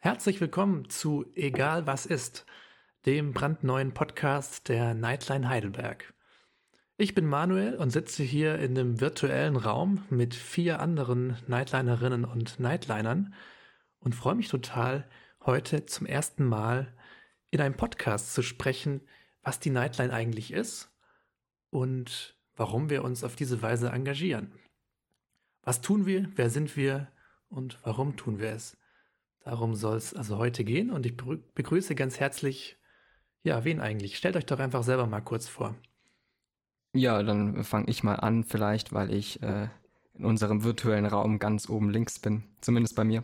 Herzlich willkommen zu Egal was ist, dem brandneuen Podcast der Nightline Heidelberg. Ich bin Manuel und sitze hier in einem virtuellen Raum mit 4 anderen Nightlinerinnen und Nightlinern und freue mich total, heute zum ersten Mal in einem Podcast zu sprechen, was die Nightline eigentlich ist und warum wir uns auf diese Weise engagieren. Was tun wir, wer sind wir und warum tun wir es? Darum soll es also heute gehen und ich begrüße ganz herzlich, ja, wen eigentlich? Stellt euch doch einfach selber mal kurz vor. Ja, dann fange ich mal an, vielleicht, weil ich in unserem virtuellen Raum ganz oben links bin, zumindest bei mir.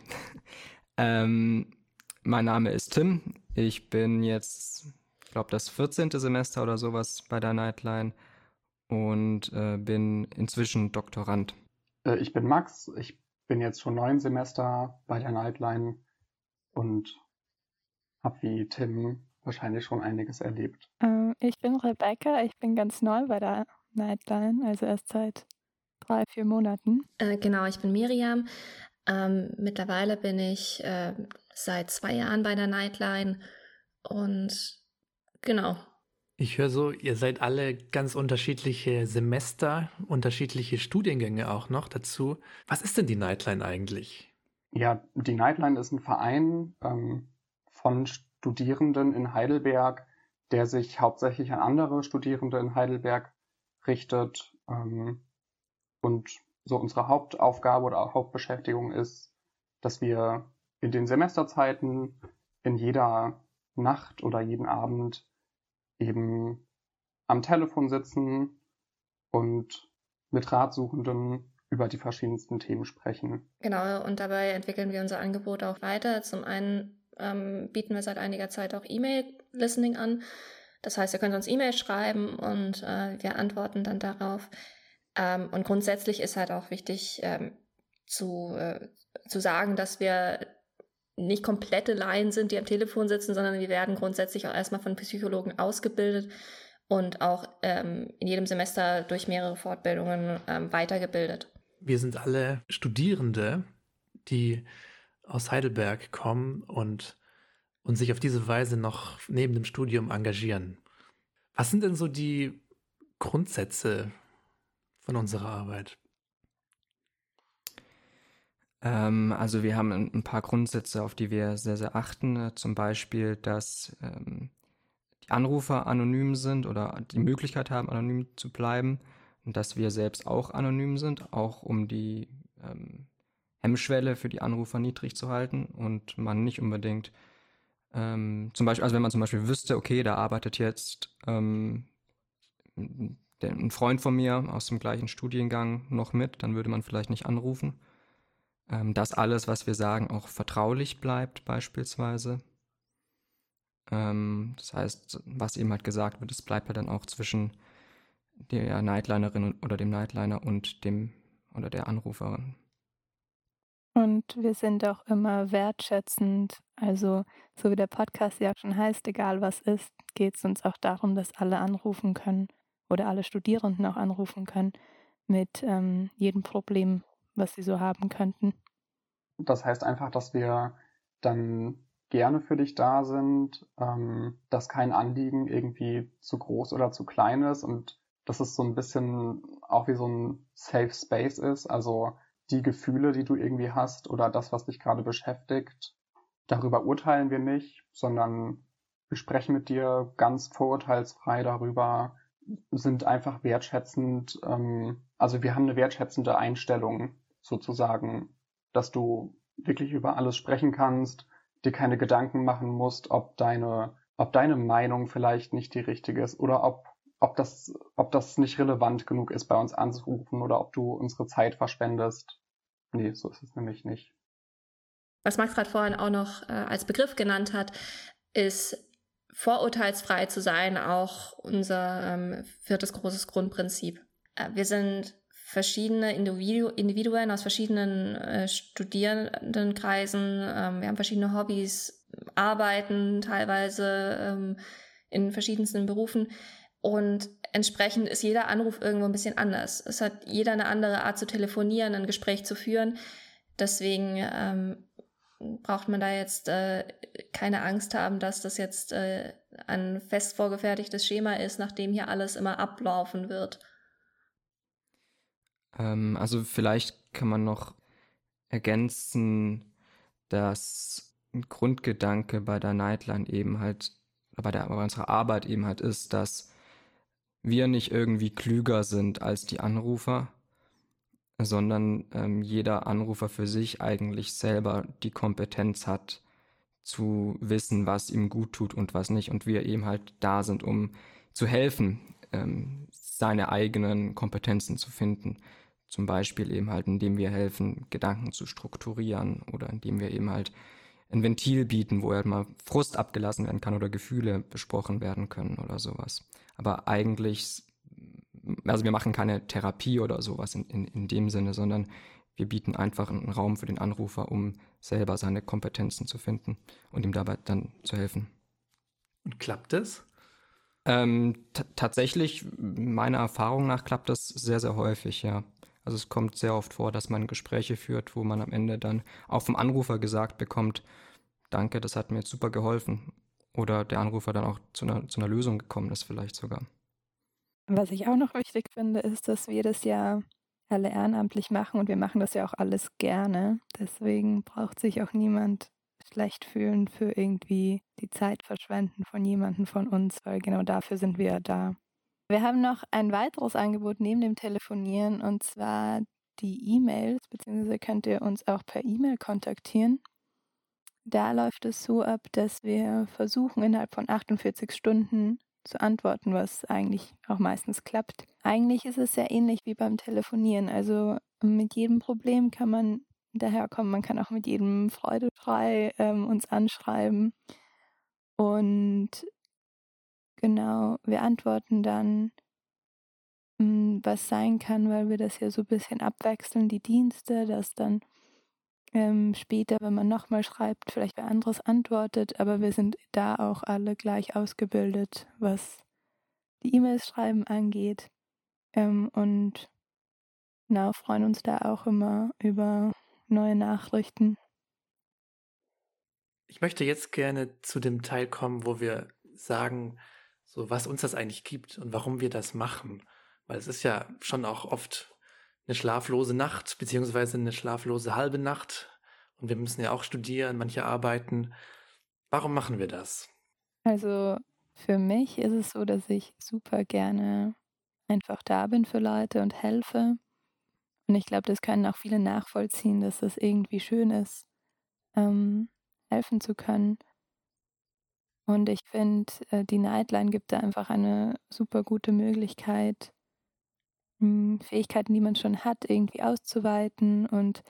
Mein Name ist Tim. Ich bin jetzt, ich glaube, das 14. Semester oder sowas bei der Nightline und bin inzwischen Doktorand. Ich bin Max, ich bin jetzt schon 9 Semester bei der Nightline und habe wie Tim wahrscheinlich schon einiges erlebt. Ich bin Rebecca, ich bin ganz neu bei der Nightline, also erst seit 3-4 Monaten. Genau, ich bin Miriam. Mittlerweile bin ich seit 2 Jahren bei der Nightline und genau. Ich höre so, ihr seid alle ganz unterschiedliche Semester, unterschiedliche Studiengänge auch noch dazu. Was ist denn die Nightline eigentlich? Ja, die Nightline ist ein Verein von Studierenden in Heidelberg, der sich hauptsächlich an andere Studierende in Heidelberg richtet. Und so unsere Hauptaufgabe oder Hauptbeschäftigung ist, dass wir in den Semesterzeiten in jeder Nacht oder jeden Abend eben am Telefon sitzen und mit Ratsuchenden über die verschiedensten Themen sprechen. Genau, und dabei entwickeln wir unser Angebot auch weiter. Zum einen bieten wir seit einiger Zeit auch E-Mail-Listening an. Das heißt, ihr könnt uns E-Mail schreiben und wir antworten dann darauf. Und grundsätzlich ist halt auch wichtig zu sagen, dass wir nicht komplette Laien sind, die am Telefon sitzen, sondern wir werden grundsätzlich auch erstmal von Psychologen ausgebildet und auch in jedem Semester durch mehrere Fortbildungen weitergebildet. Wir sind alle Studierende, die aus Heidelberg kommen und sich auf diese Weise noch neben dem Studium engagieren. Was sind denn so die Grundsätze von unserer Arbeit? Also wir haben ein paar Grundsätze, auf die wir sehr, sehr achten. Zum Beispiel, dass die Anrufer anonym sind oder die Möglichkeit haben, anonym zu bleiben. Und dass wir selbst auch anonym sind, auch um die Hemmschwelle für die Anrufer niedrig zu halten und man nicht unbedingt zum Beispiel, also wenn man zum Beispiel wüsste, okay, da arbeitet jetzt ein Freund von mir aus dem gleichen Studiengang noch mit, dann würde man vielleicht nicht anrufen. Dass alles, was wir sagen, auch vertraulich bleibt beispielsweise. Das heißt, was eben halt gesagt wird, das bleibt halt dann auch zwischen der Nightlinerin oder dem Nightliner und dem oder der Anruferin. Und wir sind auch immer wertschätzend, also so wie der Podcast ja schon heißt, egal was ist, geht es uns auch darum, dass alle anrufen können oder alle Studierenden auch anrufen können mit jedem Problem, was sie so haben könnten. Das heißt einfach, dass wir dann gerne für dich da sind, dass kein Anliegen irgendwie zu groß oder zu klein ist und dass es so ein bisschen auch wie so ein Safe Space ist, also die Gefühle, die du irgendwie hast oder das, was dich gerade beschäftigt, darüber urteilen wir nicht, sondern wir sprechen mit dir ganz vorurteilsfrei darüber, sind einfach wertschätzend, also wir haben eine wertschätzende Einstellung sozusagen, dass du wirklich über alles sprechen kannst, dir keine Gedanken machen musst, ob deine Meinung vielleicht nicht die richtige ist oder ob das nicht relevant genug ist, bei uns anzurufen oder ob du unsere Zeit verschwendest. Nee, so ist es nämlich nicht. Was Max gerade vorhin auch noch als Begriff genannt hat, ist vorurteilsfrei zu sein, auch unser 4. großes Grundprinzip. Wir sind verschiedene Individuen aus verschiedenen Studierendenkreisen. Wir haben verschiedene Hobbys, arbeiten teilweise in verschiedensten Berufen. Und entsprechend ist jeder Anruf irgendwo ein bisschen anders. Es hat jeder eine andere Art zu telefonieren, ein Gespräch zu führen. Deswegen braucht man da jetzt keine Angst haben, dass das jetzt ein fest vorgefertigtes Schema ist, nach dem hier alles immer ablaufen wird. Also vielleicht kann man noch ergänzen, dass ein Grundgedanke bei der Nightline eben halt, bei unserer Arbeit eben halt ist, dass wir nicht irgendwie klüger sind als die Anrufer, sondern jeder Anrufer für sich eigentlich selber die Kompetenz hat, zu wissen, was ihm gut tut und was nicht. Und wir eben halt da sind, um zu helfen, seine eigenen Kompetenzen zu finden. Zum Beispiel eben halt, indem wir helfen, Gedanken zu strukturieren oder indem wir eben halt ein Ventil bieten, wo halt mal Frust abgelassen werden kann oder Gefühle besprochen werden können oder sowas. Aber eigentlich, also wir machen keine Therapie oder sowas in dem Sinne, sondern wir bieten einfach einen Raum für den Anrufer, um selber seine Kompetenzen zu finden und ihm dabei dann zu helfen. Und klappt es? Tatsächlich, meiner Erfahrung nach, klappt das sehr, sehr häufig, ja. Also es kommt sehr oft vor, dass man Gespräche führt, wo man am Ende dann auch vom Anrufer gesagt bekommt, danke, das hat mir jetzt super geholfen. Oder der Anrufer dann auch zu einer Lösung gekommen ist vielleicht sogar. Was ich auch noch wichtig finde, ist, dass wir das ja alle ehrenamtlich machen und wir machen das ja auch alles gerne. Deswegen braucht sich auch niemand schlecht fühlen für irgendwie die Zeit verschwenden von jemandem von uns, weil genau dafür sind wir ja da. Wir haben noch ein weiteres Angebot neben dem Telefonieren und zwar die E-Mails, beziehungsweise könnt ihr uns auch per E-Mail kontaktieren. Da läuft es so ab, dass wir versuchen, innerhalb von 48 Stunden zu antworten, was eigentlich auch meistens klappt. Eigentlich ist es sehr ähnlich wie beim Telefonieren. Also mit jedem Problem kann man daherkommen. Man kann auch mit jedem freudefrei uns anschreiben. Und genau, wir antworten dann, was sein kann, weil wir das ja so ein bisschen abwechseln, die Dienste, dass dann später, wenn man nochmal schreibt, vielleicht wer anderes antwortet, aber wir sind da auch alle gleich ausgebildet, was die E-Mails schreiben angeht. Und genau, freuen uns da auch immer über neue Nachrichten. Ich möchte jetzt gerne zu dem Teil kommen, wo wir sagen, so was uns das eigentlich gibt und warum wir das machen. Weil es ist ja schon auch oft eine schlaflose Nacht, beziehungsweise eine schlaflose halbe Nacht. Und wir müssen ja auch studieren, manche arbeiten. Warum machen wir das? Also für mich ist es so, dass ich super gerne einfach da bin für Leute und helfe. Und ich glaube, das können auch viele nachvollziehen, dass das irgendwie schön ist, helfen zu können. Und ich finde, die Nightline gibt da einfach eine super gute Möglichkeit, Fähigkeiten, die man schon hat, irgendwie auszuweiten und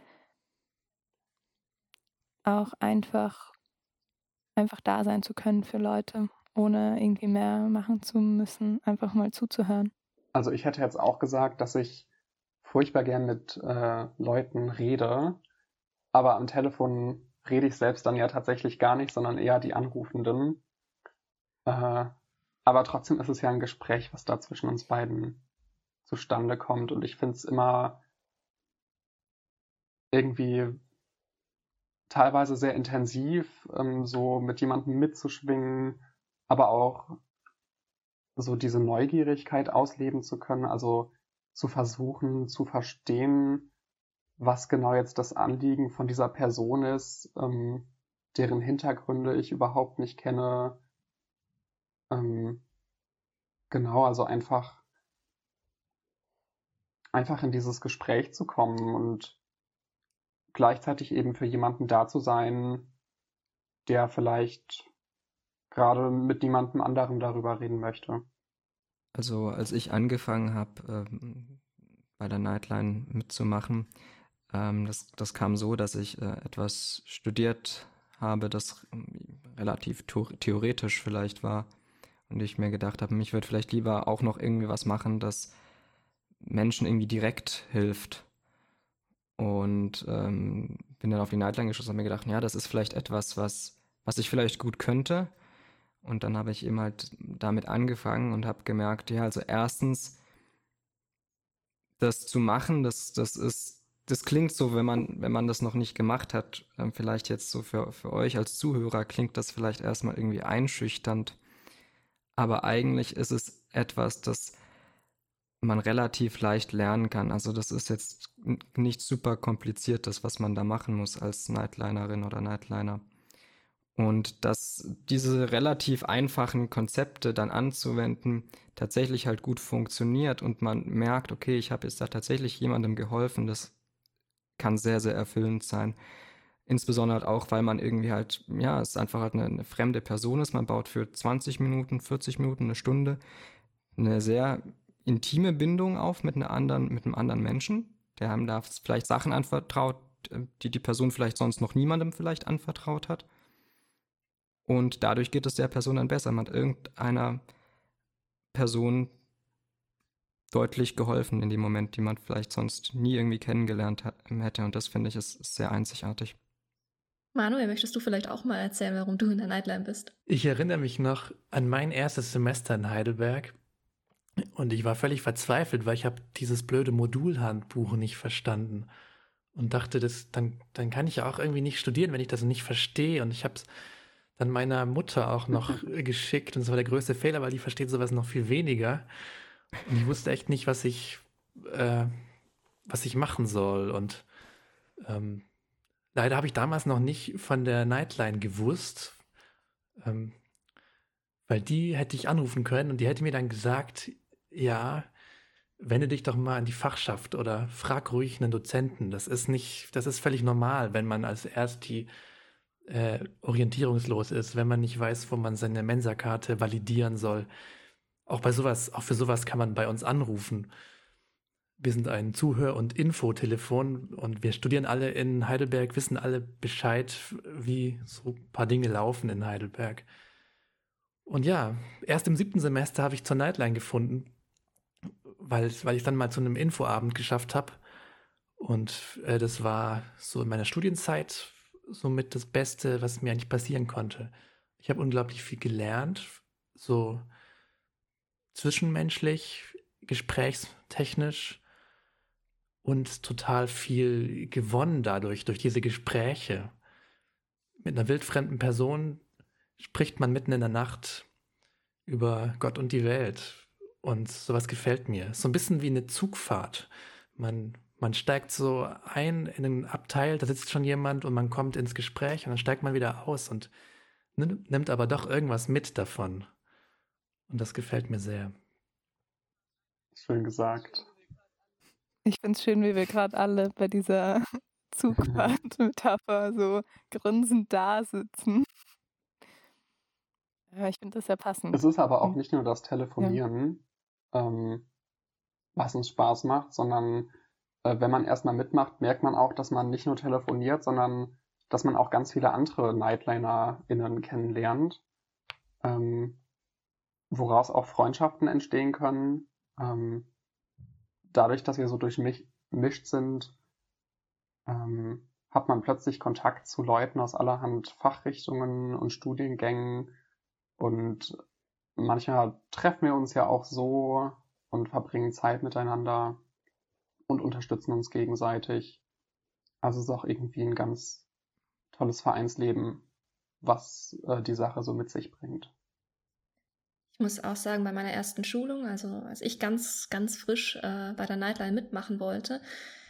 auch einfach da sein zu können für Leute, ohne irgendwie mehr machen zu müssen, einfach mal zuzuhören. Also ich hätte jetzt auch gesagt, dass ich furchtbar gern mit Leuten rede, aber am Telefon rede ich selbst dann ja tatsächlich gar nicht, sondern eher die Anrufenden. Aber trotzdem ist es ja ein Gespräch, was da zwischen uns beiden zustande kommt. Und ich finde es immer irgendwie teilweise sehr intensiv, so mit jemandem mitzuschwingen, aber auch so diese Neugierigkeit ausleben zu können, also zu versuchen zu verstehen, was genau jetzt das Anliegen von dieser Person ist, deren Hintergründe ich überhaupt nicht kenne. Genau, also einfach in dieses Gespräch zu kommen und gleichzeitig eben für jemanden da zu sein, der vielleicht gerade mit niemandem anderen darüber reden möchte. Also als ich angefangen habe, bei der Nightline mitzumachen, das kam so, dass ich etwas studiert habe, das relativ theoretisch vielleicht war. Und ich mir gedacht habe, ich würde vielleicht lieber auch noch irgendwie was machen, das Menschen irgendwie direkt hilft. Und bin dann auf die Nightline geschossen und habe mir gedacht, ja, das ist vielleicht etwas, was ich vielleicht gut könnte. Und dann habe ich eben halt damit angefangen und habe gemerkt, ja, also erstens, das zu machen, das das klingt so, wenn man das noch nicht gemacht hat, vielleicht jetzt so für euch als Zuhörer, klingt das vielleicht erstmal irgendwie einschüchternd. Aber eigentlich ist es etwas, das man relativ leicht lernen kann. Also das ist jetzt nicht super kompliziertes, was man da machen muss als Nightlinerin oder Nightliner. Und dass diese relativ einfachen Konzepte dann anzuwenden, tatsächlich halt gut funktioniert und man merkt, okay, ich habe jetzt da tatsächlich jemandem geholfen, das kann sehr, sehr erfüllend sein. Insbesondere halt auch, weil man irgendwie halt, ja, es einfach halt eine fremde Person ist. Man baut für 20 Minuten, 40 Minuten, eine Stunde eine sehr intime Bindung auf mit einem anderen Menschen, der einem da vielleicht Sachen anvertraut, die Person vielleicht sonst noch niemandem vielleicht anvertraut hat. Und dadurch geht es der Person dann besser. Man hat irgendeiner Person deutlich geholfen in dem Moment, die man vielleicht sonst nie irgendwie kennengelernt hätte. Und das finde ich ist sehr einzigartig. Manuel, möchtest du vielleicht auch mal erzählen, warum du in der Nightline bist? Ich erinnere mich noch an mein erstes Semester in Heidelberg und ich war völlig verzweifelt, weil ich habe dieses blöde Modulhandbuch nicht verstanden und dachte, dann kann ich ja auch irgendwie nicht studieren, wenn ich das nicht verstehe. Und ich habe es dann meiner Mutter auch noch geschickt und das war der größte Fehler, weil die versteht sowas noch viel weniger. Und ich wusste echt nicht, was ich machen soll. Und leider habe ich damals noch nicht von der Nightline gewusst, weil die hätte ich anrufen können und die hätte mir dann gesagt, ja, wende dich doch mal an die Fachschaft oder frag ruhig einen Dozenten. Das ist völlig normal, wenn man als Ersti orientierungslos ist, wenn man nicht weiß, wo man seine Mensa-Karte validieren soll. Auch für sowas kann man bei uns anrufen. Wir sind ein Zuhör- und Infotelefon und wir studieren alle in Heidelberg, wissen alle Bescheid, wie so ein paar Dinge laufen in Heidelberg. Und ja, erst im 7. Semester habe ich zur Nightline gefunden, weil ich dann mal zu einem Infoabend geschafft habe. Und das war so in meiner Studienzeit somit das Beste, was mir eigentlich passieren konnte. Ich habe unglaublich viel gelernt, so zwischenmenschlich, gesprächstechnisch und total viel gewonnen dadurch, durch diese Gespräche. Mit einer wildfremden Person spricht man mitten in der Nacht über Gott und die Welt. Und sowas gefällt mir. So ein bisschen wie eine Zugfahrt. Man steigt so ein in einen Abteil, da sitzt schon jemand und man kommt ins Gespräch und dann steigt man wieder aus und nimmt aber doch irgendwas mit davon. Und das gefällt mir sehr. Schön gesagt. Ich finde es schön, wie wir gerade alle bei dieser Zugfahrt-Metapher so grinsend da sitzen. Ja, ich finde das sehr passend. Es ist aber auch nicht nur das Telefonieren, was uns Spaß macht, sondern wenn man erstmal mitmacht, merkt man auch, dass man nicht nur telefoniert, sondern dass man auch ganz viele andere NightlinerInnen kennenlernt, woraus auch Freundschaften entstehen können. Dadurch, dass wir so durchmischt sind, hat man plötzlich Kontakt zu Leuten aus allerhand Fachrichtungen und Studiengängen und manchmal treffen wir uns ja auch so und verbringen Zeit miteinander und unterstützen uns gegenseitig. Also es ist auch irgendwie ein ganz tolles Vereinsleben, was die Sache so mit sich bringt. Ich muss auch sagen, bei meiner ersten Schulung, also als ich ganz, ganz frisch bei der Nightline mitmachen wollte,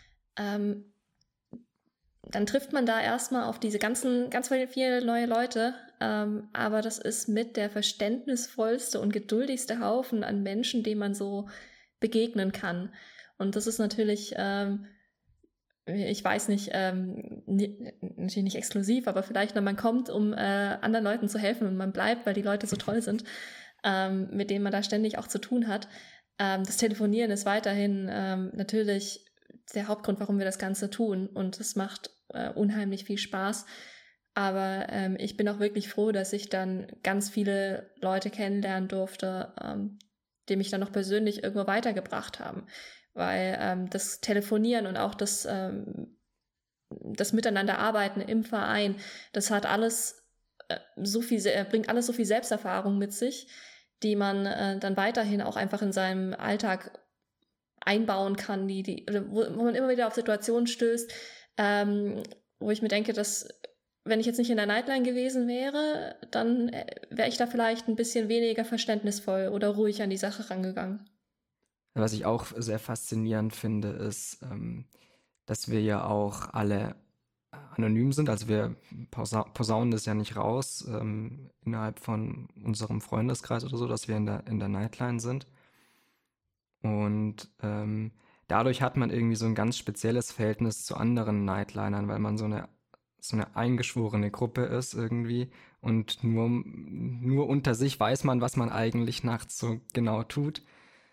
dann trifft man da erstmal auf diese ganz viele neue Leute, aber das ist mit der verständnisvollste und geduldigste Haufen an Menschen, dem man so begegnen kann. Und das ist natürlich, ich weiß nicht, natürlich nicht exklusiv, aber vielleicht, wenn man kommt, um anderen Leuten zu helfen und man bleibt, weil die Leute so toll sind, mit denen man da ständig auch zu tun hat. Das Telefonieren ist weiterhin natürlich der Hauptgrund, warum wir das Ganze tun, und es macht unheimlich viel Spaß. Aber ich bin auch wirklich froh, dass ich dann ganz viele Leute kennenlernen durfte, die mich dann noch persönlich irgendwo weitergebracht haben. Weil das Telefonieren und auch das Miteinanderarbeiten im Verein, das hat alles bringt alles so viel Selbsterfahrung mit sich, die man dann weiterhin auch einfach in seinem Alltag einbauen kann, wo man immer wieder auf Situationen stößt, wo ich mir denke, dass wenn ich jetzt nicht in der Nightline gewesen wäre, dann wäre ich da vielleicht ein bisschen weniger verständnisvoll oder ruhig an die Sache rangegangen. Was ich auch sehr faszinierend finde, ist, dass wir ja auch alle anonym sind. Also wir posaunen das ja nicht raus innerhalb von unserem Freundeskreis oder so, dass wir in der Nightline sind. Und dadurch hat man irgendwie so ein ganz spezielles Verhältnis zu anderen Nightlinern, weil man so eine eingeschworene Gruppe ist irgendwie und nur unter sich weiß man, was man eigentlich nachts so genau tut.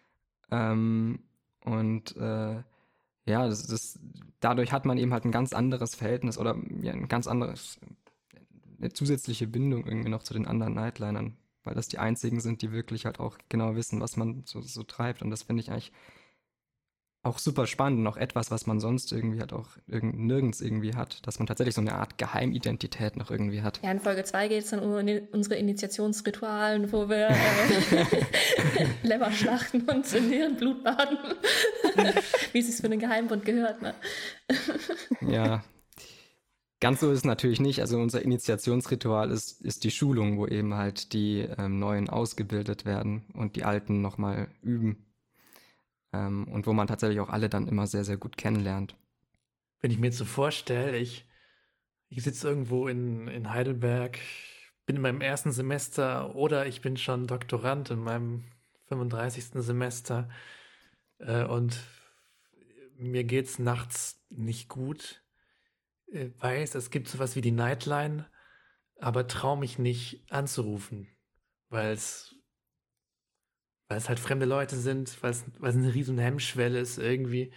Ja, dadurch hat man eben halt ein ganz anderes Verhältnis oder ja, eine zusätzliche Bindung irgendwie noch zu den anderen Nightlinern, weil das die einzigen sind, die wirklich halt auch genau wissen, was man so treibt. Und das finde ich eigentlich auch super spannend und auch etwas, was man sonst irgendwie halt auch nirgends irgendwie hat, dass man tatsächlich so eine Art Geheimidentität noch irgendwie hat. Ja, in Folge 2 geht es dann um unsere Initiationsritualen, wo wir Lämmer schlachten und in deren Blut baden, wie es sich für einen Geheimbund gehört. Ne? Ja, ganz so ist es natürlich nicht. Also unser Initiationsritual ist die Schulung, wo eben halt die Neuen ausgebildet werden und die Alten nochmal üben. Und wo man tatsächlich auch alle dann immer sehr, sehr gut kennenlernt. Wenn ich mir jetzt so vorstelle, ich sitze irgendwo in Heidelberg, bin in meinem ersten Semester oder ich bin schon Doktorand in meinem 35. Semester und mir geht's nachts nicht gut. Weiß, es gibt sowas wie die Nightline, aber traue mich nicht anzurufen, weil es halt fremde Leute sind, weil es eine riesen Hemmschwelle ist irgendwie.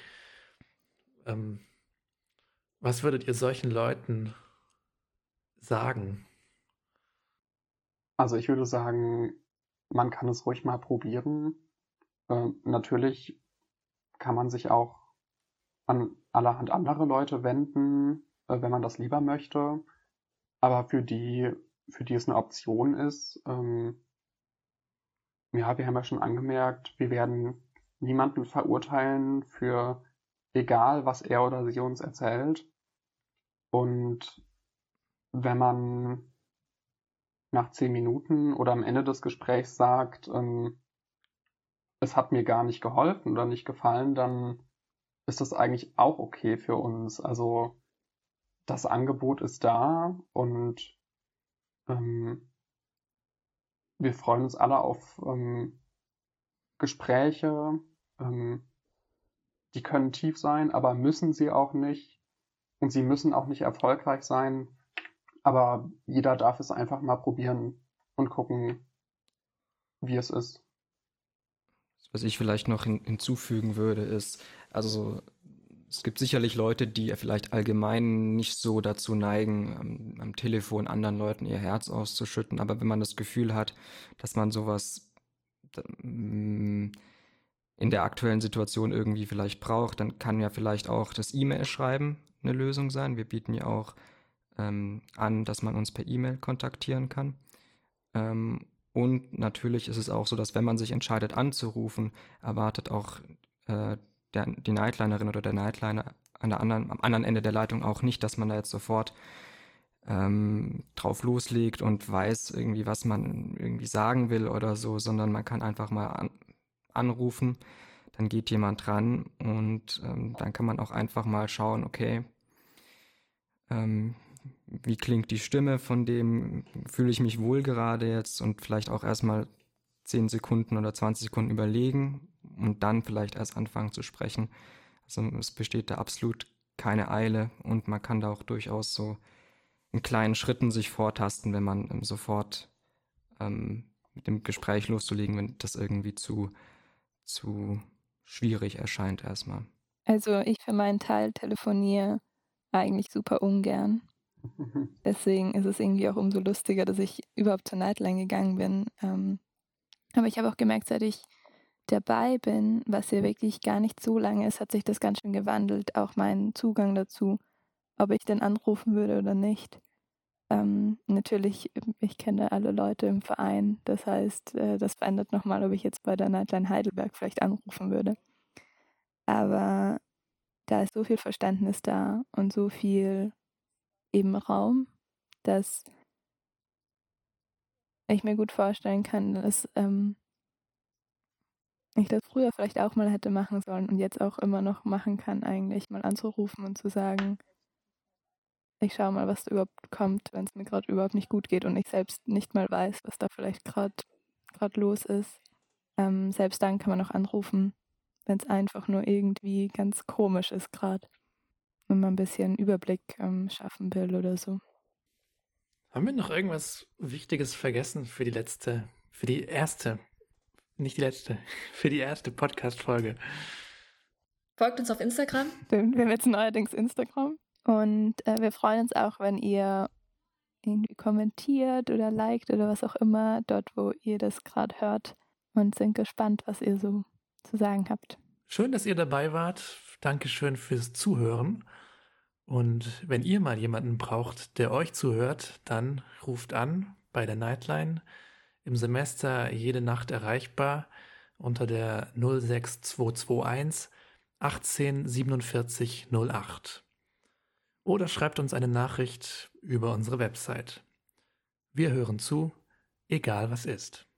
Was würdet ihr solchen Leuten sagen? Also ich würde sagen, man kann es ruhig mal probieren. Natürlich kann man sich auch an allerhand andere Leute wenden, wenn man das lieber möchte. Aber für die es eine Option ist, ja, wir haben ja schon angemerkt, wir werden niemanden verurteilen für egal, was er oder sie uns erzählt. Und wenn man nach 10 Minuten oder am Ende des Gesprächs sagt, es hat mir gar nicht geholfen oder nicht gefallen, dann ist das eigentlich auch okay für uns. Also das Angebot ist da und wir freuen uns alle auf Gespräche. Die können tief sein, aber müssen sie auch nicht. Und sie müssen auch nicht erfolgreich sein. Aber jeder darf es einfach mal probieren und gucken, wie es ist. Was ich vielleicht noch hinzufügen würde, ist, also es gibt sicherlich Leute, die vielleicht allgemein nicht so dazu neigen, am Telefon anderen Leuten ihr Herz auszuschütten. Aber wenn man das Gefühl hat, dass man sowas in der aktuellen Situation irgendwie vielleicht braucht, dann kann ja vielleicht auch das E-Mail-Schreiben eine Lösung sein. Wir bieten ja auch an, dass man uns per E-Mail kontaktieren kann. Und natürlich ist es auch so, dass wenn man sich entscheidet anzurufen, erwartet auch die Nightlinerin oder der Nightliner am anderen Ende der Leitung auch nicht, dass man da jetzt sofort drauf loslegt und weiß irgendwie, was man irgendwie sagen will oder so, sondern man kann einfach mal anrufen, dann geht jemand dran und dann kann man auch einfach mal schauen, okay, wie klingt die Stimme von dem, fühle ich mich wohl gerade jetzt und vielleicht auch erstmal 10 Sekunden oder 20 Sekunden überlegen und dann vielleicht erst anfangen zu sprechen. Also es besteht da absolut keine Eile und man kann da auch durchaus so in kleinen Schritten sich vortasten, wenn man sofort mit dem Gespräch loszulegen, wenn das irgendwie zu schwierig erscheint erstmal. Also ich für meinen Teil telefoniere eigentlich super ungern. Deswegen ist es irgendwie auch umso lustiger, dass ich überhaupt zur Nightline gegangen bin. Aber ich habe auch gemerkt, seit ich dabei bin, was ja wirklich gar nicht so lange ist, hat sich das ganz schön gewandelt. Auch mein Zugang dazu, ob ich denn anrufen würde oder nicht. Natürlich, ich kenne alle Leute im Verein. Das heißt, das verändert nochmal, ob ich jetzt bei der Nightline Heidelberg vielleicht anrufen würde. Aber da ist so viel Verständnis da und so viel eben Raum, dass ich mir gut vorstellen kann, dass ich das früher vielleicht auch mal hätte machen sollen und jetzt auch immer noch machen kann, eigentlich mal anzurufen und zu sagen, ich schaue mal, was da überhaupt kommt, wenn es mir gerade überhaupt nicht gut geht und ich selbst nicht mal weiß, was da vielleicht gerade los ist. Selbst dann kann man auch anrufen, wenn es einfach nur irgendwie ganz komisch ist gerade, wenn man ein bisschen Überblick schaffen will oder so. Haben wir noch irgendwas Wichtiges vergessen für die erste Podcast-Folge? Folgt uns auf Instagram. Wir haben jetzt neuerdings Instagram und wir freuen uns auch, wenn ihr irgendwie kommentiert oder liked oder was auch immer, dort, wo ihr das gerade hört und sind gespannt, was ihr so zu sagen habt. Schön, dass ihr dabei wart. Dankeschön fürs Zuhören. Und wenn ihr mal jemanden braucht, der euch zuhört, dann ruft an bei der Nightline. Im Semester jede Nacht erreichbar unter der 06221 18 47 08. Oder schreibt uns eine Nachricht über unsere Website. Wir hören zu, egal was ist.